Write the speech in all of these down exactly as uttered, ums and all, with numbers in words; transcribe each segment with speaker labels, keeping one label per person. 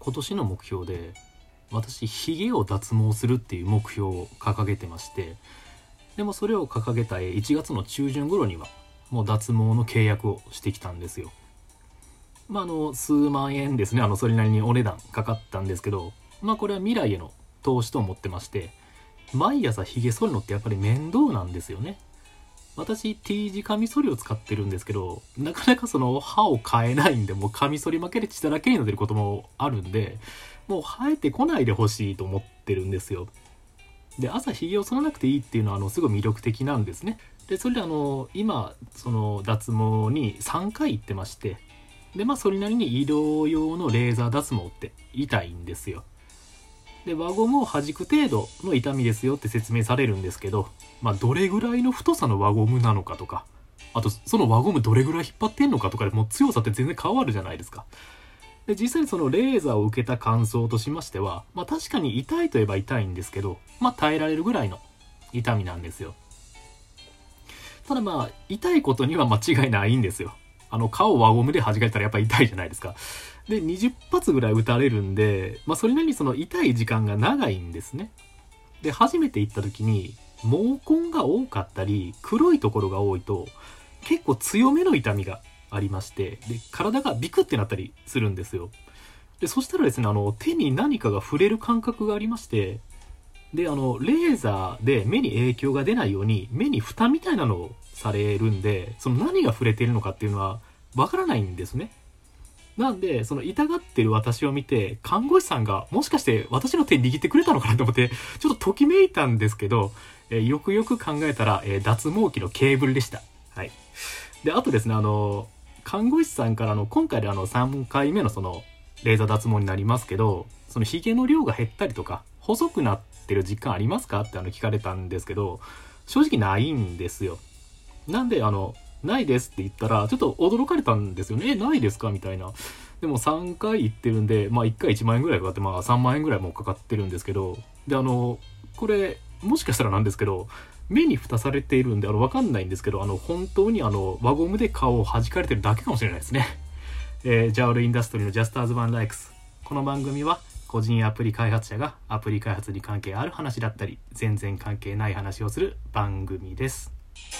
Speaker 1: 今年の目標で私ヒゲを脱毛するっていう目標を掲げてまして、でもそれを掲げたいちがつの中旬頃にはもう脱毛の契約をしてきたんですよ。まああの数万円ですね。あのそれなりにお値段かかったんですけど、まあこれは未来への投資と思ってまして、毎朝ヒゲ剃るのってやっぱり面倒なんですよね。私 T 字カミソリを使ってるんですけど、なかなかその歯を変えないんで、もうカミソリ負けで血だらけになってることもあるんで、もう生えてこないでほしいと思ってるんですよ。で、朝ヒゲを剃らなくていいっていうのはあのすごい魅力的なんですね。で、それであの今その脱毛にさんかい行ってまして、でまあそれなりに医療用のレーザー脱毛って痛いんですよ。で輪ゴムを弾く程度の痛みですよって説明されるんですけど、まあどれぐらいの太さの輪ゴムなのかとか、あとその輪ゴムどれぐらい引っ張ってんのかとかでもう強さって全然変わるじゃないですか。で実際にそのレーザーを受けた感想としましては、まあ確かに痛いといえば痛いんですけど、まあ耐えられるぐらいの痛みなんですよ。ただまあ痛いことには間違いないんですよ。あの顔を輪ゴムで弾かれたらやっぱ痛いじゃないですか。でにじゅっぱつぐらい打たれるんで、まあそれなりにその痛い時間が長いんですね。で初めて行った時に毛根が多かったり黒いところが多いと結構強めの痛みがありまして、で体がビクってなったりするんですよ。でそしたらですね、あの手に何かが触れる感覚がありまして、であのレーザーで目に影響が出ないように目に蓋みたいなのをされるんで、その何が触れているのかっていうのはわからないんですね。なんでその痛がってる私を見て看護師さんがもしかして私の手握ってくれたのかなと思ってちょっとときめいたんですけど、えー、よくよく考えたら、えー、脱毛器のケーブルでした。はい。であとですね、あの看護師さんからの今回であのさんかいめのそのレーザー脱毛になりますけど、そのヒゲの量が減ったりとか細くなってる実感ありますかってあの聞かれたんですけど、正直ないんですよ。なんであのないですって言ったらちょっと驚かれたんですよね。えないですかみたいな。でもさんかい行ってるんで、まあいっかいいちまんえんぐらいかかって、まあさんまんえんぐらいもうかかってるんですけど、であのこれもしかしたらなんですけど、目に蓋されているんであの分かんないんですけど、あの本当にあの輪ゴムで顔を弾かれてるだけかもしれないですね。えー、ジャオルインダストリーのジャスターズワンライクス。この番組は個人アプリ開発者がアプリ開発に関係ある話だったり全然関係ない話をする番組です。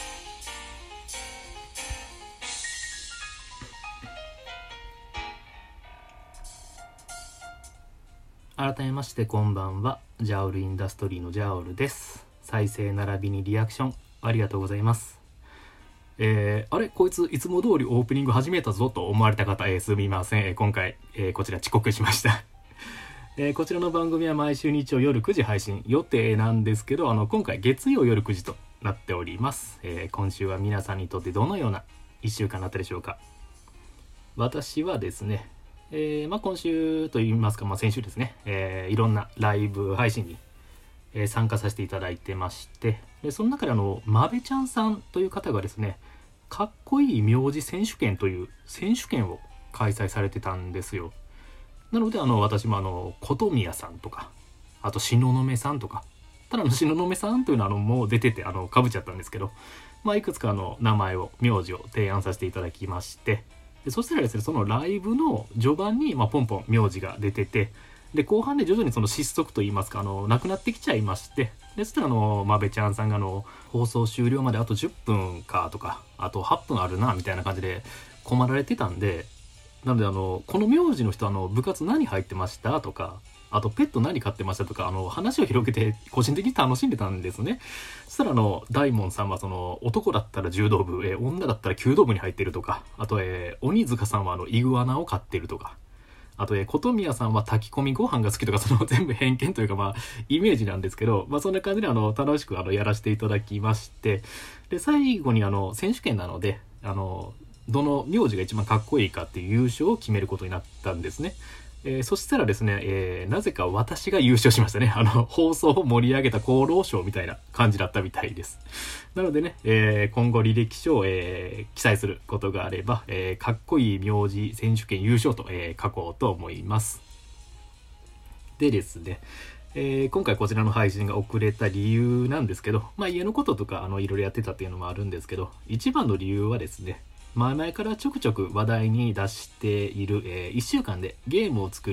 Speaker 1: 改めましてこんばんは。ジャオルインダストリーのジャオルです。再生並びにリアクションありがとうございます。えー、あれこいついつも通りオープニング始めたぞと思われた方、えー、すみません、えー、今回、えー、こちら遅刻しました、えー、こちらの番組は毎週日曜夜くじ配信予定なんですけど、あの今回月曜夜くじとなっております。えー、今週は皆さんにとってどのようないっしゅうかんだったでしょうか。私はですね、えーまあ、今週といいますか、まあ、先週ですね、えー、いろんなライブ配信に、えー、参加させていただいてまして、でその中であのまべちゃんさんという方がですね、かっこいい名字選手権という選手権を開催されてたんですよ。なのであの私もあの琴宮さんとか、あと東雲さんとか、ただの東雲さんというのはあのもう出ててあのかぶっちゃったんですけど、まあ、いくつかの名前を名字を提案させていただきまして、でそしたらですね、そのライブの序盤に、まあ、ポンポン名字が出てて、で後半で徐々にその失速といいますか、あのなくなってきちゃいまして、でそしたらあのまべちゃんさんがあの放送終了まであとじゅっぷんかとか、あとはっぷんあるなみたいな感じで困られてたんで、なのであのこの名字の人あの部活何入ってましたとか、あとペット何飼ってましたとか、あの話を広げて個人的に楽しんでたんですね。そしたらあの大門さんはその男だったら柔道部、えー、女だったら弓道部に入ってるとか、あと、えー、鬼塚さんはあのイグアナを飼ってるとか、あと、えー、琴宮さんは炊き込みご飯が好きとか、その全部偏見というかまあイメージなんですけど、まあそんな感じであの楽しくあのやらせていただきまして、で最後にあの選手権なのであのどの名字が一番かっこいいかっていう優勝を決めることになったんですね。えー、そしたらですね、えー、なぜか私が優勝しましたね。あの放送を盛り上げた功労賞みたいな感じだったみたいです。なのでね、えー、今後履歴書を、えー、記載することがあれば、えー、かっこいい名字選手権優勝と、えー、書こうと思います。でですね、えー、今回こちらの配信が遅れた理由なんですけど、まあ家のこととかあのいろいろやってたっていうのもあるんですけど、一番の理由はですね、前々からちょくちょく話題に出している、えー、いっしゅうかんでゲームを作る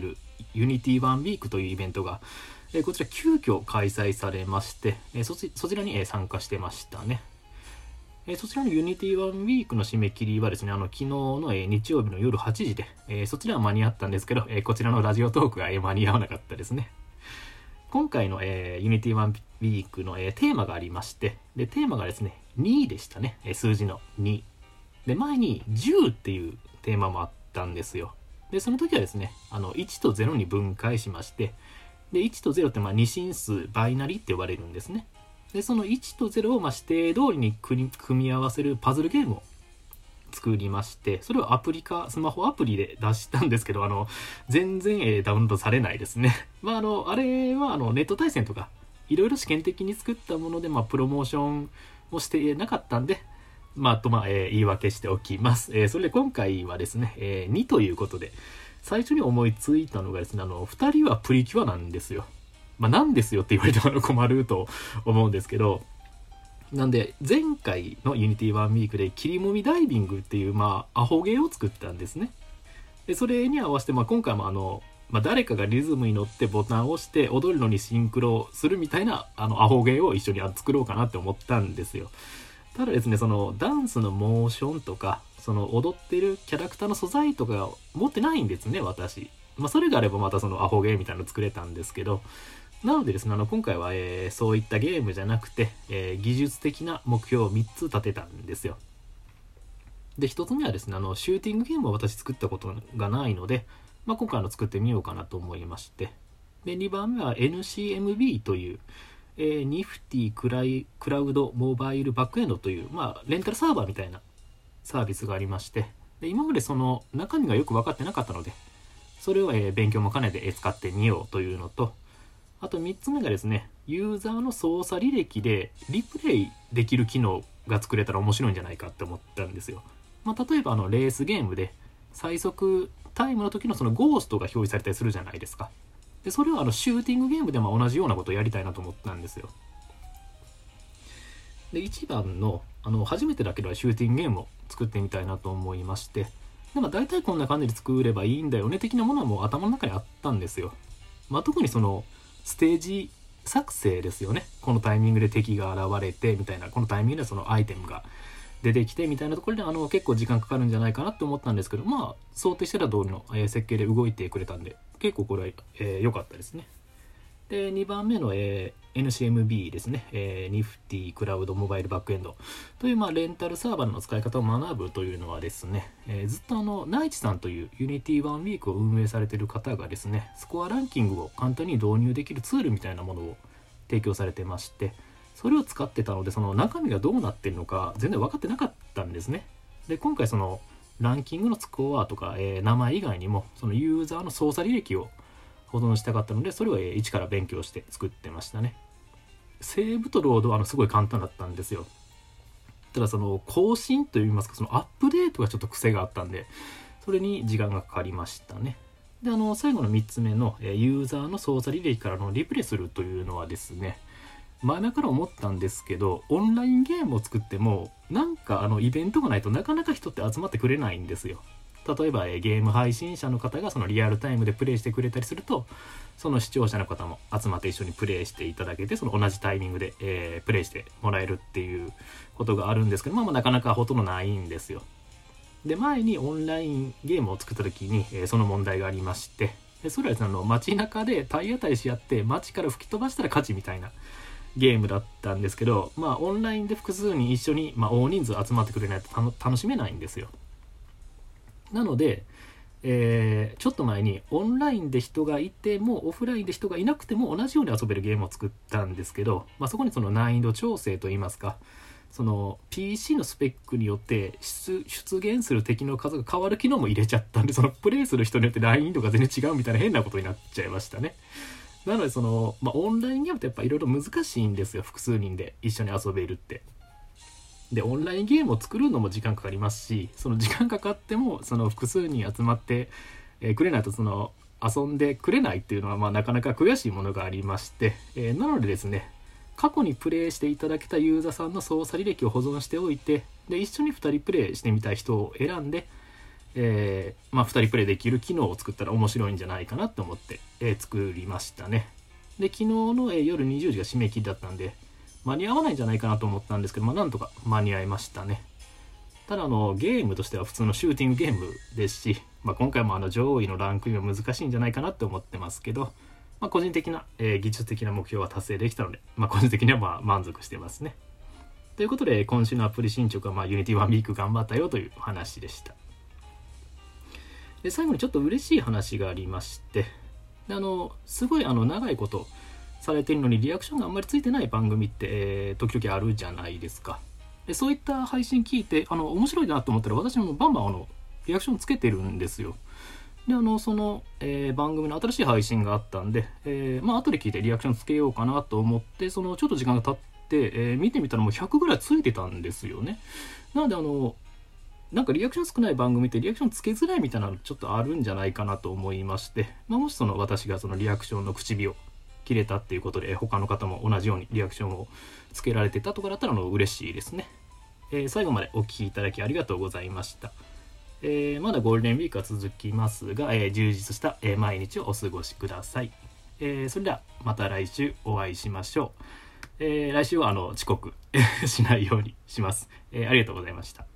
Speaker 1: ユニティワンウィークというイベントが、えー、こちら急遽開催されまして、えー、そちそちらに、えー、参加してましたね。えー、そちらのユニティワンウィークの締め切りはですね、あの昨日の、えー、日曜日の夜はちじで、えー、そちらは間に合ったんですけど、えー、こちらのラジオトークが、えー、間に合わなかったですね。今回の、えー、ユニティワンウィークの、えー、テーマがありまして、でテーマがですねにでしたね、えー、数字のにで、前にじゅうっていうテーマもあったんですよ。でその時はですね、あのいちとゼロに分解しまして、でいちとゼロってまあ二進数バイナリって呼ばれるんですね。でそのいちとゼロをまあ指定通りに組み合わせるパズルゲームを作りまして、それをアプリ化、スマホアプリで出したんですけど、あの全然、えー、ダウンロードされないですね。まああのあれはあのネット対戦とかいろいろ試験的に作ったもので、まあ、プロモーションをしてなかったんで、まあ、とまあ、えー、言い訳しておきます。えー、それで今回はですね、えー、にということで、最初に思いついたのがですね、あのふたりはプリキュアなんですよ。まあ、なんですよって言われても困ると思うんですけど、なんで前回のユニティワンウィークで切りもみダイビングっていうまあアホゲーを作ったんですね。でそれに合わせて、まあ、今回もあの、まあ、誰かがリズムに乗ってボタンを押して踊るのにシンクロするみたいなあのアホゲーを一緒に作ろうかなって思ったんですよ。ただですね、そのダンスのモーションとかその踊ってるキャラクターの素材とか持ってないんですね、私。まあ、それがあればまたそのアホゲーみたいなの作れたんですけど、なのでですね、あの今回は、えー、そういったゲームじゃなくて、えー、技術的な目標をみっつ立てたんですよ。でひとつめはですね、あのシューティングゲームを私作ったことがないので、まあ、今回の作ってみようかなと思いまして、でにばんめは エヌシーエムビー という、えー、ニフティクライクラウドモバイルバックエンドという、まあ、レンタルサーバーみたいなサービスがありまして、で今までその中身がよく分かってなかったので、それを、えー、勉強も兼ねて使ってみようというのと、あとみっつめがですね、ユーザーの操作履歴でリプレイできる機能が作れたら面白いんじゃないかって思ったんですよ。まあ、例えばあのレースゲームで最速タイムの時のそのゴーストが表示されたりするじゃないですか。でそれをあのシューティングゲームでも同じようなことをやりたいなと思ったんですよ。でいちばんのあの初めてだけどシューティングゲームを作ってみたいなと思いまして、で、まあ、大体こんな感じで作ればいいんだよね的なものはもう頭の中にあったんですよ。まあ、特にそのステージ作成ですよね。このタイミングで敵が現れてみたいな、このタイミングでそのアイテムが出てきてみたいなところであの結構時間かかるんじゃないかなって思ったんですけど、まあ想定してた通りの、えー、設計で動いてくれたんで結構これは良、えー、かったですね。でにばんめの、えー、エヌシーエムビー ですね、えー、ニフティクラウドモバイルバックエンドという、まあ、レンタルサーバーの使い方を学ぶというのはですね、えー、ずっとあのナイチさんというユニティワンウィークを運営されている方がですね、スコアランキングを簡単に導入できるツールみたいなものを提供されてまして、それを使ってたのでその中身がどうなってるのか全然分かってなかったんですね。で今回そのランキングのスコアとか、えー、名前以外にもそのユーザーの操作履歴を保存したかったので、それを一から勉強して作ってましたね。セーブとロードはあのすごい簡単だったんですよ。ただその更新といいますか、そのアップデートがちょっと癖があったんで、それに時間がかかりましたね。であの最後のみっつめのユーザーの操作履歴からのリプレイするというのはですね、前々から思ったんですけど、オンラインゲームを作ってもなんかあのイベントがないとなかなか人って集まってくれないんですよ。例えばゲーム配信者の方がそのリアルタイムでプレイしてくれたりすると、その視聴者の方も集まって一緒にプレイしていただけて、その同じタイミングで、えー、プレイしてもらえるっていうことがあるんですけど、まあ、まあなかなかほとんどないんですよ。で前にオンラインゲームを作った時に、えー、その問題がありまして、でそれはですね、あの街中で体当たりし合って街から吹き飛ばしたら勝ちみたいなゲームだったんですけど、まあオンラインで複数人一緒に、まあ、大人数集まってくれないと楽しめないんですよ。なので、えー、ちょっと前にオンラインで人がいてもオフラインで人がいなくても同じように遊べるゲームを作ったんですけど、まあ、そこにその難易度調整といいますか、その ピーシー のスペックによって出, 出現する敵の数が変わる機能も入れちゃったんで、そのプレイする人によって難易度が全然違うみたいな変なことになっちゃいましたね。なのでその、まあ、オンラインゲームってやっぱいろいろ難しいんですよ、複数人で一緒に遊べるって。でオンラインゲームを作るのも時間かかりますし、その時間かかってもその複数人集まって、えー、くれないとその遊んでくれないっていうのはまあなかなか悔しいものがありまして、えー、なのでですね、過去にプレイしていただけたユーザーさんの操作履歴を保存しておいて、で一緒にふたりプレイしてみたい人を選んで、 えーまあ、ふたりプレイできる機能を作ったら面白いんじゃないかなと思って、えー作りましたね。で昨日の、えー夜にじゅうじが締め切りだったんで間に合わないんじゃないかなと思ったんですけど、まあ、なんとか間に合いましたね。ただあのゲームとしては普通のシューティングゲームですし、まあ、今回もあの上位のランクインは難しいんじゃないかなって思ってますけど、まあ、個人的な、えー技術的な目標は達成できたので、まあ、個人的にはまあ満足してますね。ということで今週のアプリ進捗はまあ Unity ワンウィーク頑張ったよという話でした。で最後にちょっと嬉しい話がありまして、であのすごいあの長いことされているのにリアクションがあんまりついてない番組って、えー時々あるじゃないですか。でそういった配信聞いてあの面白いなと思ったら私もバンバンあのリアクションつけてるんですよ。であのその、えー番組の新しい配信があったんで、えーまあ後で聞いてリアクションつけようかなと思ってそのちょっと時間が経って、えー見てみたらもうひゃくぐらいついてたんですよね。なのであのなんかリアクション少ない番組ってリアクションつけづらいみたいなのちょっとあるんじゃないかなと思いまして、まあ、もしその私がそのリアクションの口火を切れたっていうことで他の方も同じようにリアクションをつけられてたとかだったらあの嬉しいですね。えー最後までお聞きいただきありがとうございました。えーまだゴールデンウィークは続きますが、えー充実した、えー毎日をお過ごしください。えーそれではまた来週お会いしましょう。えー来週はあの遅刻しないようにします。えーありがとうございました。